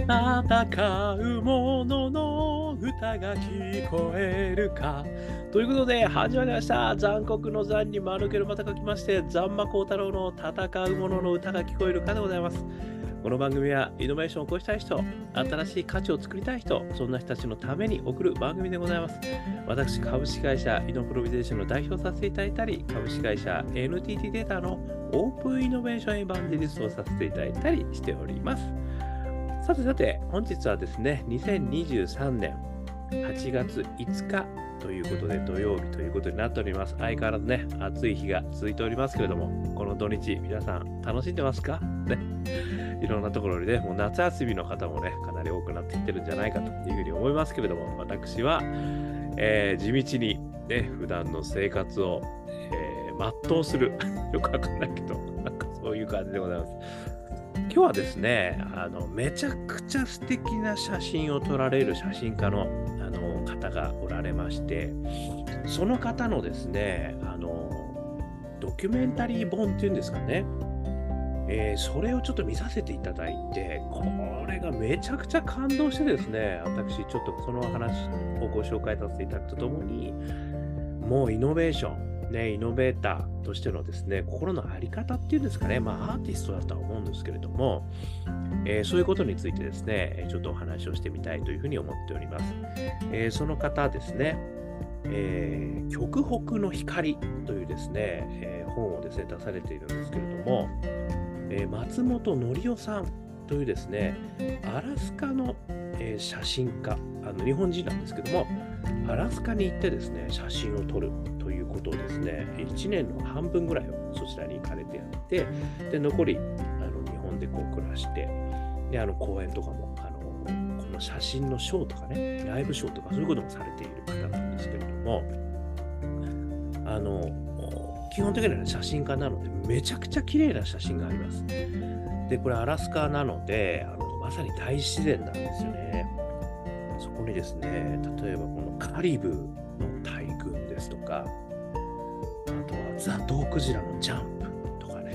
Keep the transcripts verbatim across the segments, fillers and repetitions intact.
戦う者の歌が聞こえるか。ということで始まりました。残酷の残に丸けるまた書きまして、残魔高太郎の戦う者の歌が聞こえるかでございます。この番組はイノベーションを起こしたい人、新しい価値を作りたい人、そんな人たちのために送る番組でございます。私、株式会社イノプロビゼーションの代表をさせていただいたり、株式会社 エヌティーティー データのオープンイノベーションエヴァンジェリストをさせていただいたりしております。さてさて、本日はですね、にせんにじゅうさんねんはちがついつかということで土曜日ということになっております。相変わらずね、暑い日が続いておりますけれども、この土日、皆さん楽しんでますかね。いろんなところでね、もう夏休みの方もね、かなり多くなってきてるんじゃないかというふうに思いますけれども、私は、えー、地道にね、普段の生活を、えー、全うする。よくわかんないけど、なんかそういう感じでございます。今日はですね、あの、めちゃくちゃ素敵な写真を撮られる写真家の、あの方がおられまして、その方のですね、あの、ドキュメンタリー本っていうんですかね、えー、それをちょっと見させていただいて、これがめちゃくちゃ感動してですね、私ちょっとその話をご紹介させていただくとともに、もうイノベーション、ね、イノベーターとしてのですね、心の在り方っていうんですかね、まあアーティストだとは思うんですけれども、えー、そういうことについてですね、ちょっとお話をしてみたいというふうに思っております。えー、その方ですね、えー、極北の光というですね、えー、本をですね、出されているんですけれども、えー、松本紀夫さんというですね、アラスカの、えー、写真家、あの日本人なんですけども、アラスカに行ってですね、写真を撮るということをですね、いちねんの半分ぐらいをそちらに行かれてやって、で、残り、あの日本でこう暮らして、で、あの講演とかも、あのこの写真のショーとかね、ライブショーとかそういうこともされている方なんですけれども、あの、基本的には、ね、写真家なのでめちゃくちゃ綺麗な写真があります。で、これアラスカなので、あのまさに大自然なんですよね。そこにですね、例えばこのカリブの大群ですとか、あとはザトウクジラのジャンプとかね、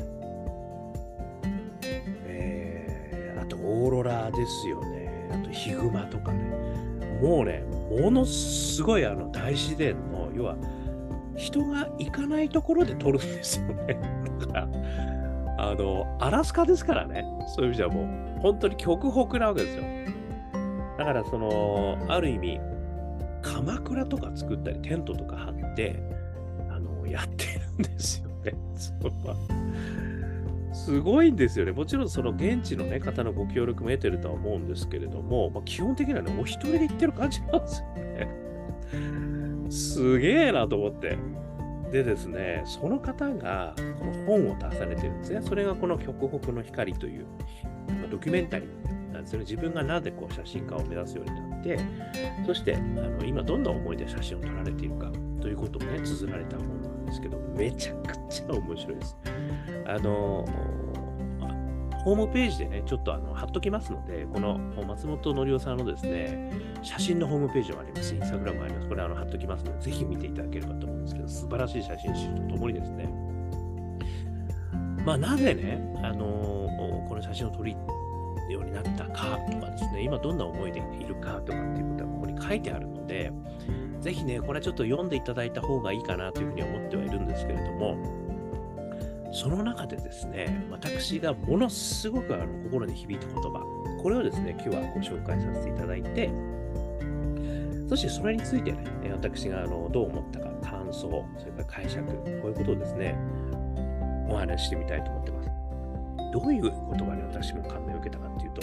えー、あとオーロラですよね、あとヒグマとかね、もうね、ものすごいあの大自然の、要は人が行かないところで撮るんですよね。だから、あの、アラスカですからね、そういう意味ではもう、本当に極北なわけですよ。だから、その、ある意味、鎌倉とか作ったり、テントとか張って、あの、やってるんですよね。それは。すごいんですよね。もちろん、その現地の、ね、方のご協力も得てるとは思うんですけれども、まあ、基本的にはね、お一人で行ってる感じなんですよね。すげえなと思って。でですね、その方がこの本を出されてるんですね。それがこの極北の光というドキュメンタリーなんですよね。自分がなぜこう写真家を目指すようになって、そしてあの今どんな思いで写真を撮られているかということをね、綴られた本なんですけど、めちゃくちゃ面白いです。あのホームページでね、ちょっとあの貼っときますので、この松本紀夫さんのですね、写真のホームページもありますし、インスタグラムもあります。これあの貼っときますので、ぜひ見ていただければと思うんですけど、素晴らしい写真集とともにですね、まあなぜね、あのー、この写真を撮るようになったかとかですね、今どんな思いでいるかとかっていうことがここに書いてあるので、ぜひね、これちょっと読んでいただいた方がいいかなというふうに思ってはいるんですけれども、その中でですね、私がものすごくあの心に響いた言葉、これをですね、今日はご紹介させていただいて、そしてそれについてね、私があのどう思ったか、感想、それから解釈、こういうことをですね、お話ししてみたいと思ってます。どういう言葉に私も感銘を受けたかっていうと、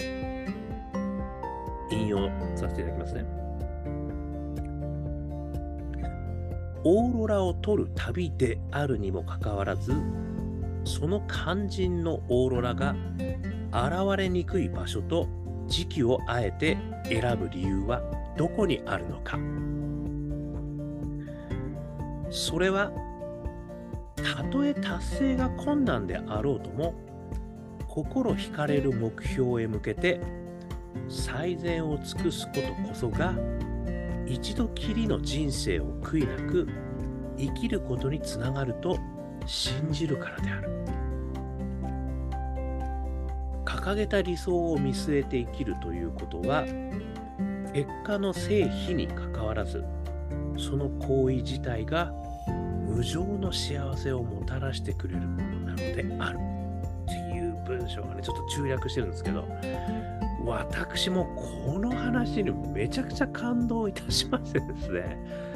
引用させていただきますね。オーロラを撮る旅であるにもかかわらず、その肝心のオーロラが現れにくい場所と時期をあえて選ぶ理由はどこにあるのか。それはたとえ達成が困難であろうとも、心惹かれる目標へ向けて最善を尽くすことこそが一度きりの人生を悔いなく生きることにつながると信じるからである。書か掲げた理想を見据えて生きるということは、結果の成否にかかわらず、その行為自体が無常の幸せをもたらしてくれるものなのであるっていう文章がね、ちょっと中略してるんですけど、私もこの話にめちゃくちゃ感動いたしましてですね、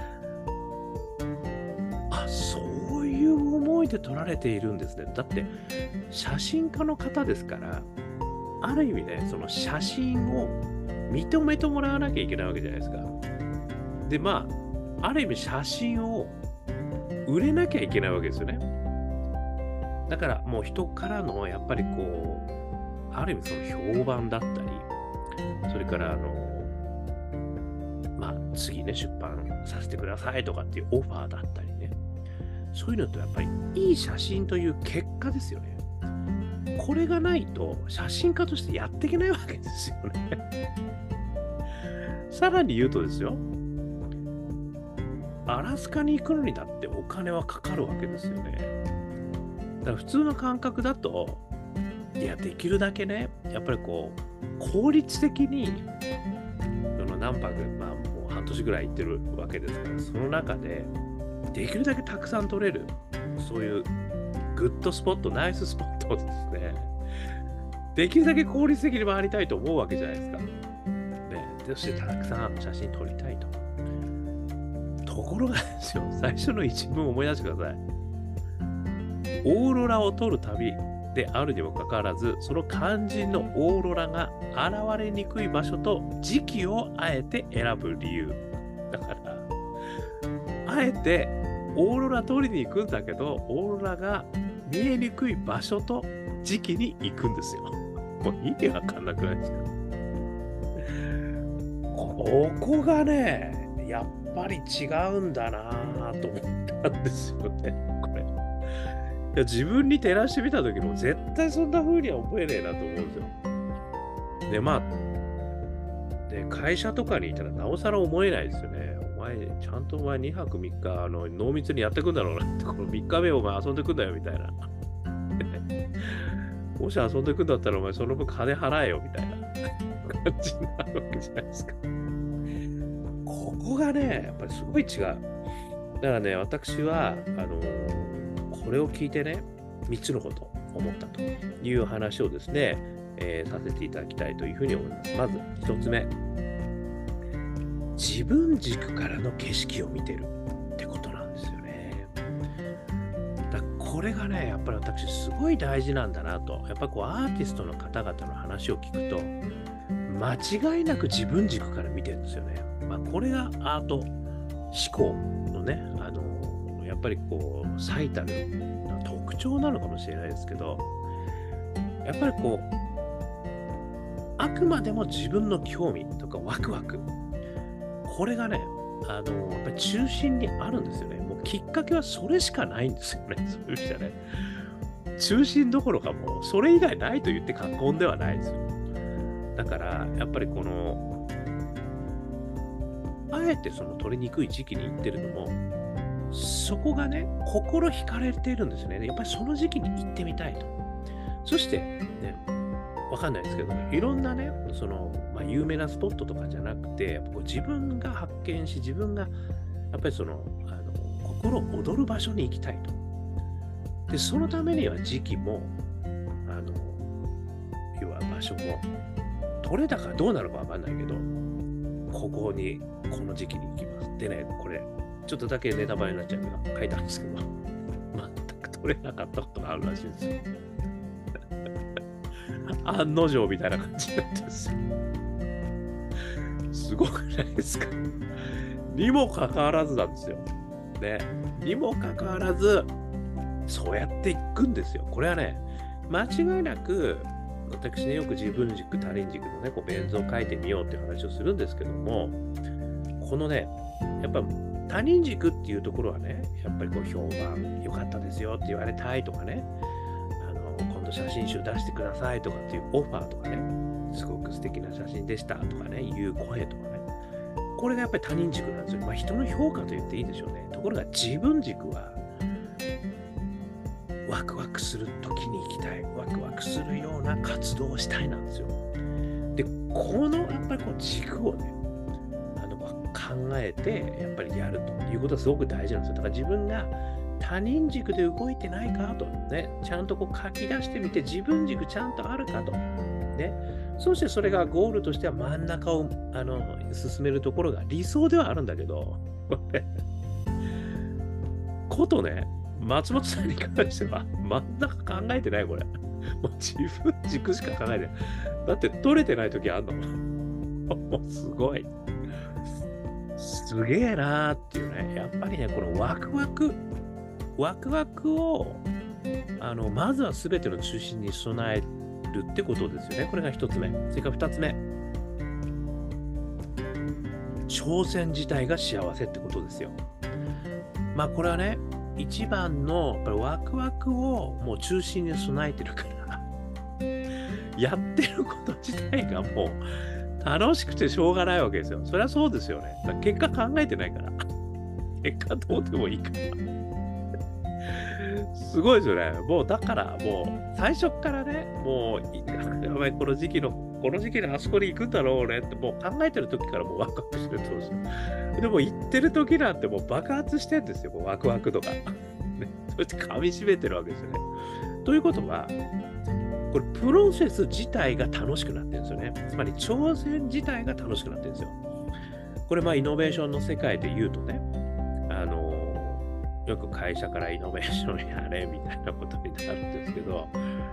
あ、そういう思いで撮られているんですね。だって写真家の方ですから、ある意味ね、その写真を認めてもらわなきゃいけないわけじゃないですか。で、まあ、ある意味写真を売れなきゃいけないわけですよね。だからもう人からのやっぱりこう、ある意味その評判だったり、それからあの、まあ次ね、出版させてくださいとかっていうオファーだったりね、そういうのとやっぱりいい写真という結果ですよね。これがないと写真家としてやっていけないわけですよね。さらに言うとですよ、アラスカに行くのにだってお金はかかるわけですよね。だから普通の感覚だと、いや、できるだけね、やっぱりこう、効率的に、その何泊、まあもう半年ぐらい行ってるわけですから、その中で、できるだけたくさん撮れる、そういうグッドスポット、ナイススポットをですね、できるだけ効率的に回りたいと思うわけじゃないですか。ね、そしてたくさん写真撮りたいと。ところがですよ、最初の一文を思い出してください。オーロラを撮る旅であるにもかかわらず、その肝心のオーロラが現れにくい場所と時期をあえて選ぶ理由。だから、あえてオーロラ撮りに行くんだけど、オーロラが見えにくい場所と時期に行くんですよ。もう意味わかんなくないですか？ここがね、やっぱり違うんだなぁと思ったんですよね、これ。いや、自分に照らしてみた時も絶対そんな風には思えねえなと思うんですよ。で、まあ、で、会社とかにいたらなおさら思えないですよね。お前、ちゃんとお前にはくみっかあの濃密にやってくんだろうなって、このみっかめお前遊んでくんだよみたいな。もし遊んでくんだったらお前その分金払えよみたいな感じになるわけじゃないですか。ここがね、やっぱりすごい違う。だからね、私は、あのー、これを聞いてね、みっつのこと思ったという話をですね、えー、させていただきたいというふうに思います。まずひとつめ、自分軸からの景色を見てるってことなんですよね。だこれがね、やっぱり私すごい大事なんだなと。やっぱりこうアーティストの方々の話を聞くと、間違いなく自分軸から見てるんですよね。まあ、これがアート思考のね、あのー、やっぱりこう最たる特徴なのかもしれないですけど、やっぱりこうあくまでも自分の興味とかワクワク、これがね、あのー、やっぱり中心にあるんですよね。もうきっかけはそれしかないんですよね。そういう意味じゃね、中心どころかもうそれ以外ないと言って過言ではないですよ。だからやっぱりこのあえてその取りにくい時期に行ってるのも、そこがね、心惹かれているんですよね。やっぱりその時期に行ってみたいと。そして、ね、わかんないですけど、いろんなね、その、まあ、有名なスポットとかじゃなくて、やっぱこう自分が発見し、自分が、やっぱりその、あの心躍る場所に行きたいと。で、そのためには時期も、あの、要は場所も、取れたかどうなのかわかんないけど、ここに、この時期に行きます。でね、これ、ちょっとだけネタバレになっちゃうけど、書いたんですけど、全く取れなかったことがあるらしいんですよ。案の定みたいな感じになってるんですよ。すごくないですか？にもかかわらずなんですよ。ね。にもかかわらず、そうやっていくんですよ。これはね、間違いなく、私ね、よく自分軸、他人軸のね、こう、ベン図を書いてみようっていう話をするんですけども、このね、やっぱ他人軸っていうところはね、やっぱりこう評判良かったですよって言われたいとかね、あの今度写真集出してくださいとかっていうオファーとかね、すごく素敵な写真でしたとかね、いう声とかね、これがやっぱり他人軸なんですよ。まあ人の評価と言っていいでしょうね。ところが自分軸は、 ワクワクする時に行きたい、ワクワクするような活動をしたいなんですよ。で、このやっぱりこう軸をね、あの考えてやっぱりやるということはすごく大事なんですよ。だから自分が他人軸で動いてないかとね、ちゃんとこう書き出してみて自分軸ちゃんとあるかとね。そしてそれがゴールとしては真ん中をあの進めるところが理想ではあるんだけど、ことね、松本さんに関しては真ん中考えてないこれ。もう自分軸しか考えてない。だって取れてない時あんの。もうすごい。すげえなーっていうね。やっぱりね、このワクワク、ワクワクを、あの、まずは全ての中心に備えるってことですよね。これが一つ目。それから二つ目。挑戦自体が幸せってことですよ。まあこれはね、一番のやっぱりワクワクをもう中心に備えてるからやってること自体がもう楽しくてしょうがないわけですよ。そりゃそうですよね。だから結果考えてないから結果どうでもいいからすごいですよね。もうだからもう最初からね、もうやばいこの時期のこの時期にあそこに行くんだろうねってもう考えてる時からもうワクワクしてるとですよ。でも行ってる時なんてもう爆発してるんですよ。もうワクワクとか、ね。そして噛み締めてるわけですよね。ということは、これプロセス自体が楽しくなってるんですよね。つまり挑戦自体が楽しくなってるんですよ。これまあイノベーションの世界で言うとね、あのー、よく会社からイノベーションやれみたいなことになるんですけど、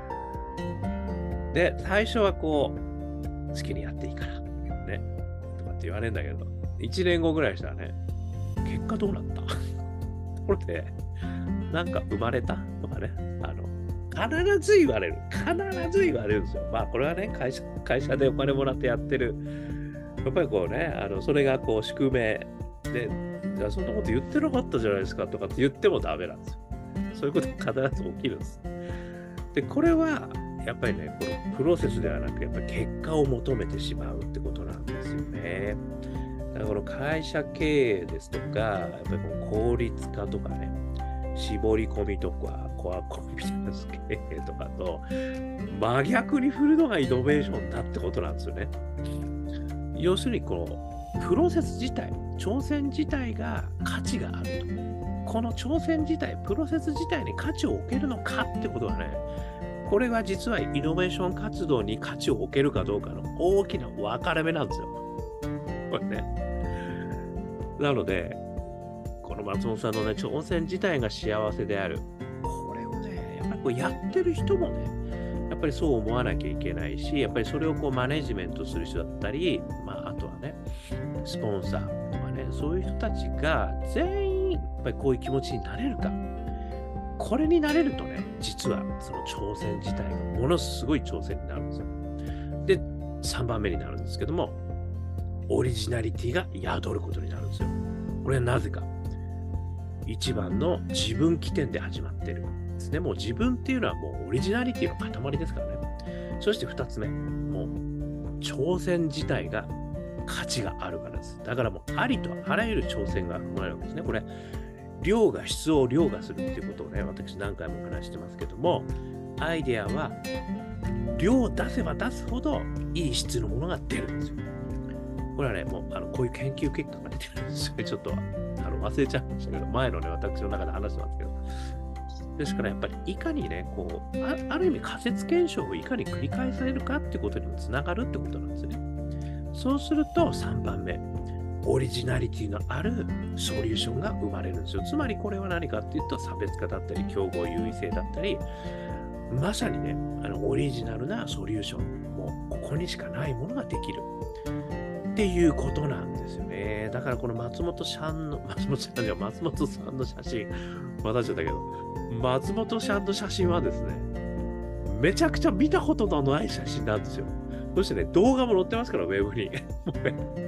で、最初はこう、好きにやっていいから、ね、とかって言われるんだけど、いちねんごぐらいしたらね、結果どうなったところで、なんか生まれたとかね、あの、必ず言われる。必ず言われるんですよ。まあ、これはね、会社、会社でお金もらってやってる。やっぱりこうね、あの、それがこう、宿命で、じゃあそんなこと言ってなかったじゃないですかとかって言ってもダメなんですよ。そういうことが必ず起きるんです。で、これは、やっぱりね、このプロセスではなく、やっぱり結果を求めてしまうってことなんですよね。だからこの会社経営ですとか、やっぱりこの効率化とかね、絞り込みとか、コアコンピテンス経営とかと、真逆に振るのがイノベーションだってことなんですよね。要するに、このプロセス自体、挑戦自体が価値があると。この挑戦自体、プロセス自体に価値を置けるのかってことはね、これは実はイノベーション活動に価値を置けるかどうかの大きな分かれ目なんですよ。これね。なので、この松本さんのね、挑戦自体が幸せである。これをね、やっぱりこうやってる人もね、やっぱりそう思わなきゃいけないし、やっぱりそれをこうマネジメントする人だったり、まあ、あとはね、スポンサーとかね、そういう人たちが全員、やっぱりこういう気持ちになれるか。これになれるとね、実はその挑戦自体がものすごい挑戦になるんですよ。で、さんばんめになるんですけども、オリジナリティが宿ることになるんですよ。これはなぜか。一番の自分起点で始まってるんですね。もう自分っていうのはもうオリジナリティの塊ですからね。そして二つ目、もう挑戦自体が価値があるからです。だからもうありとあらゆる挑戦が生まれるわけですね。これ、量が質を凌駕するっていうことをね、私何回も話してますけども、アイデアは量を出せば出すほどいい質のものが出るんですよ。これはね、もうあのこういう研究結果が出てるんですよ。ちょっとあの忘れちゃいましたけど、前のね、私の中で話してますけど。ですからやっぱりいかにね、こう、あ, ある意味仮説検証をいかに繰り返されるかってことにもつながるってことなんですよね。そうするとさんばんめ。オリジナリティのあるソリューションが生まれるんですよ。つまりこれは何かっていうと差別化だったり競合優位性だったり、まさにね、あのオリジナルなソリューション、もうここにしかないものができるっていうことなんですよね。だからこの松本さんの、松本さんじゃ松本さんの写真、またちゃったけど、松本さんの写真はですね、めちゃくちゃ見たことのない写真なんですよ。そしてね、動画も載ってますから、ウェブに。もうね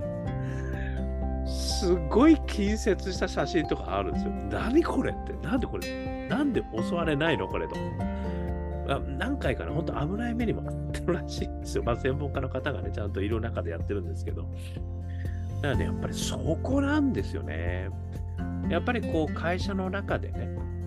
すごい近接した写真とかあるんですよ。何これって、なんでこれ、なんで襲われないのこれと。何回かね、本当危ない目にもあってるらしいんですよ。まあ、専門家の方がね、ちゃんといる中でやってるんですけど。だからね、やっぱりそこなんですよね。やっぱりこう、会社の中でね、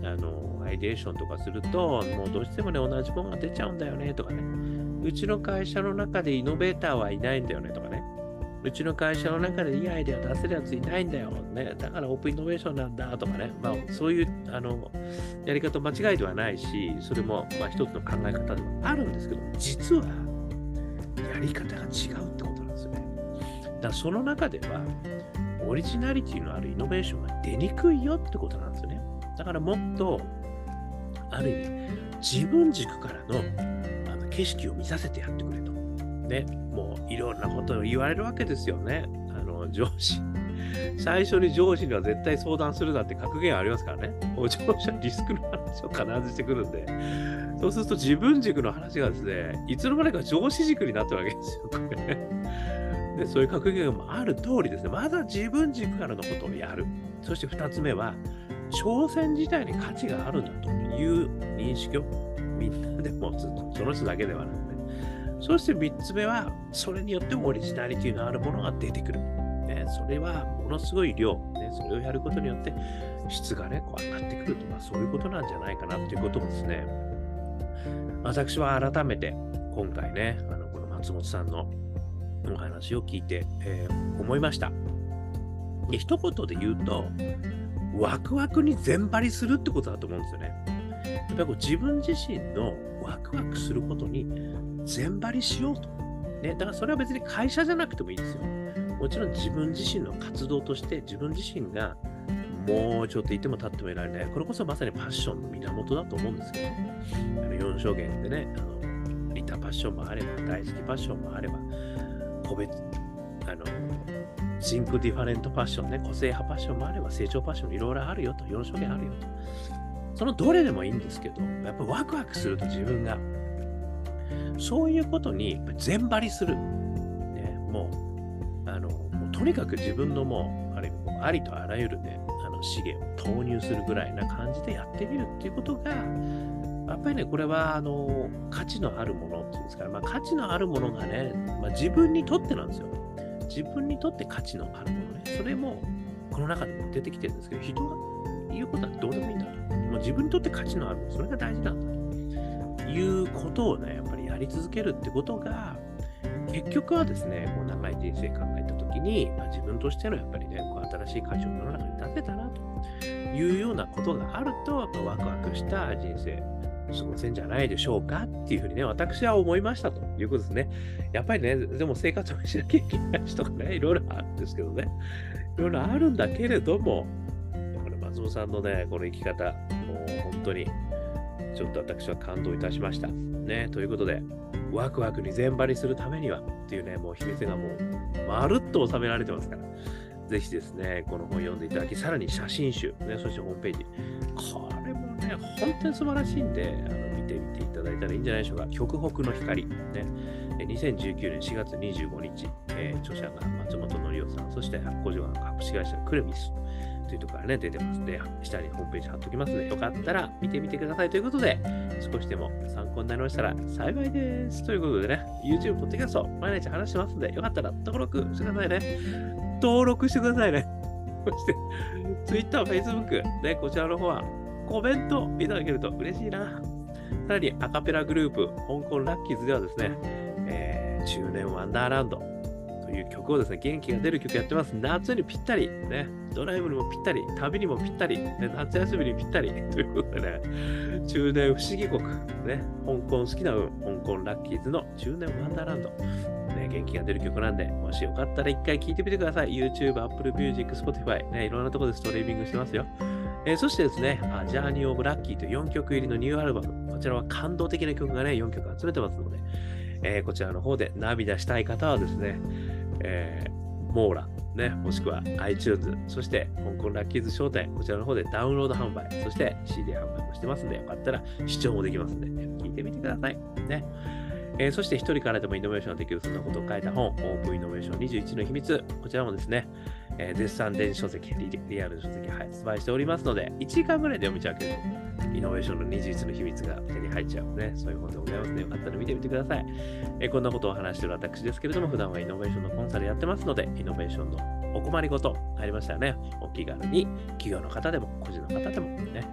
あの、アイデーションとかすると、もうどうしてもね、同じものが出ちゃうんだよねとかね、うちの会社の中でイノベーターはいないんだよねとかね、うちの会社の中でいいアイデア出せるやついないんだよ、ね、だからオープンイノベーションなんだとかね、まあ、そういうあのやり方間違いではないし、それもまあ一つの考え方ではあるんですけど、実はやり方が違うってことなんですよね。だからその中では、オリジナリティのあるイノベーションが出にくいよってことなんですよね。だからもっと、ある意味、自分軸からの、あの景色を見させてやってくれと。ね、もういろんなことを言われるわけですよね。あの上司。最初に上司には絶対相談するなって格言ありますからね。もう上司はリスクの話を必ずしてくるんで、そうすると自分軸の話がですね、いつの間にか上司軸になってるわけですよ、これ。で、そういう格言もある通りですね、まずは自分軸からのことをやる。そして二つ目は、挑戦自体に価値があるんだという認識をみんなでもずっとその人だけではなくね。そしてみっつめは、それによってもオリジナリティのあるものが出てくる。ね、それはものすごい量、ね、それをやることによって質がね、こう上がってくるとか、そういうことなんじゃないかなっていうことをですね、私は改めて今回ね、あのこの松本さんのお話を聞いて、えー、思いました。で、一言で言うと、ワクワクに全張りするってことだと思うんですよね。やっぱりこう自分自身のワクワクすることに全張りしようと。ね、だからそれは別に会社じゃなくてもいいですよ。もちろん自分自身の活動として自分自身がもうちょっといても立ってもいられない。これこそまさにパッションの源だと思うんですけど、あのよん証言でね、あのリタパッションもあれば、大好きパッションもあれば、個別、あの、シンクディファレントパッションね、個性派パッションもあれば、成長パッションいろいろあるよと、よん証言あるよと。そのどれでもいいんですけど、やっぱりワクワクすると自分が、そういうことに全張りする。ね、もう、あの、もうとにかく自分のもう、あれ、もうありとあらゆるね、あの資源を投入するぐらいな感じでやってみるっていうことが、やっぱりね、これは、あの、価値のあるものっていうんですから、まあ、価値のあるものがね、まあ、自分にとってなんですよ。自分にとって価値のあるものね、それも、この中でも出てきてるんですけど、人が言うことはどうでもいいんだと。もう自分にとって価値のあるもの、それが大事なんだということをね、やっぱりやり続けるってことが、結局はですね、こう長い人生考えたときに、まあ、自分としてのやっぱりね、こう新しい価値を世の中に出せたなというようなことがあると、やっぱワクワクした人生、過ごせんじゃないでしょうかっていうふうにね、私は思いましたということですね。やっぱりね、でも生活もしなきゃいけないしとかね、いろいろあるんですけどね、いろいろあるんだけれども、これ松尾さんのね、この生き方、もう本当にちょっと私は感動いたしました。ね、ということで、ワクワクに全張りするためにはっていうね、もう秘密がもうまるっと収められてますから、ぜひですね、この本読んでいただき、さらに写真集、ね、そしてホームページ、これもね、本当に素晴らしいんで、あの見てみていただいたらいいんじゃないでしょうか。極北の光、ね、にせんじゅうきゅうねんしがつにじゅうごにち、えー、著者が松本則夫さん、そして発行所が株式会社クレミスというところからね、出てますので、下にホームページ貼っておきますので、よかったら見てみてくださいということで、少しでも参考になりましたら幸いです。ということでね、YouTube、ポッドキャスト、毎日話してますので、よかったら登録してくださいね。登録してくださいね。そして、Twitter、Facebook、ね、こちらの方はコメントいただけると嬉しいな。さらに、アカペラグループ、香港ラッキーズではですね、えー、中年ワンダーランドという曲をですね、元気が出る曲やってます。夏にぴったり、ね、ドライブにもぴったり、旅にもぴったり、ね、夏休みにぴったりということでね、中年不思議国、ね、香港好きな運、香港ラッキーズの中年ワンダーランド。ね、元気が出る曲なんで、もしよかったら一回聴いてみてください。YouTube、Apple Music、Spotify、ね、いろんなところでストリーミングしてますよ。えー、そしてですね、ジャーニー・オブ・ラッキーというよんきょく入りのニューアルバム、こちらは感動的な曲がね、よんきょく集めてますので、えー、こちらの方で涙したい方はですね、えー、モーラ、ね、もしくは iTunes、そして香港ラッキーズ商店、こちらの方でダウンロード販売、そして シーディー 販売もしてますんで、よかったら視聴もできますんで、聴いてみてください。ね。えー、そして一人からでもイノベーションができるそんなことを書いた本、オープンイノベーションにじゅういちの秘密、こちらもですね、えー、絶賛電子書籍、リ、リアル書籍発売しておりますので、いちじかんぐらいで読めちゃうけど、イノベーションのにじゅういちの秘密が手に入っちゃうね、そういう本でございますので、よかったら見てみてください。えー、こんなことを話している私ですけれども、普段はイノベーションのコンサルやってますので、イノベーションのお困りごとありましたらね、お気軽に企業の方でも個人の方でもね、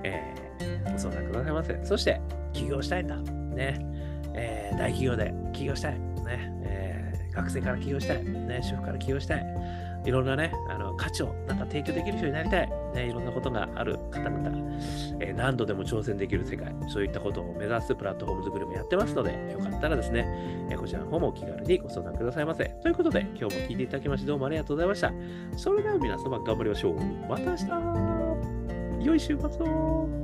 えー、ご相談くださいませ。そして、起業したいんだ。ね。えー、大企業で起業したい。ね。えー、学生から起業したい。ね。主婦から起業したい。いろんなね、あの価値をなんか提供できる人になりたい。ね。いろんなことがある方々、えー、何度でも挑戦できる世界、そういったことを目指すプラットフォーム作りもやってますので、よかったらですね、えー、こちらの方もお気軽にご相談くださいませ。ということで、今日も聞いていただきましてどうもありがとうございました。それでは皆様頑張りましょう。また明日。良い週末を。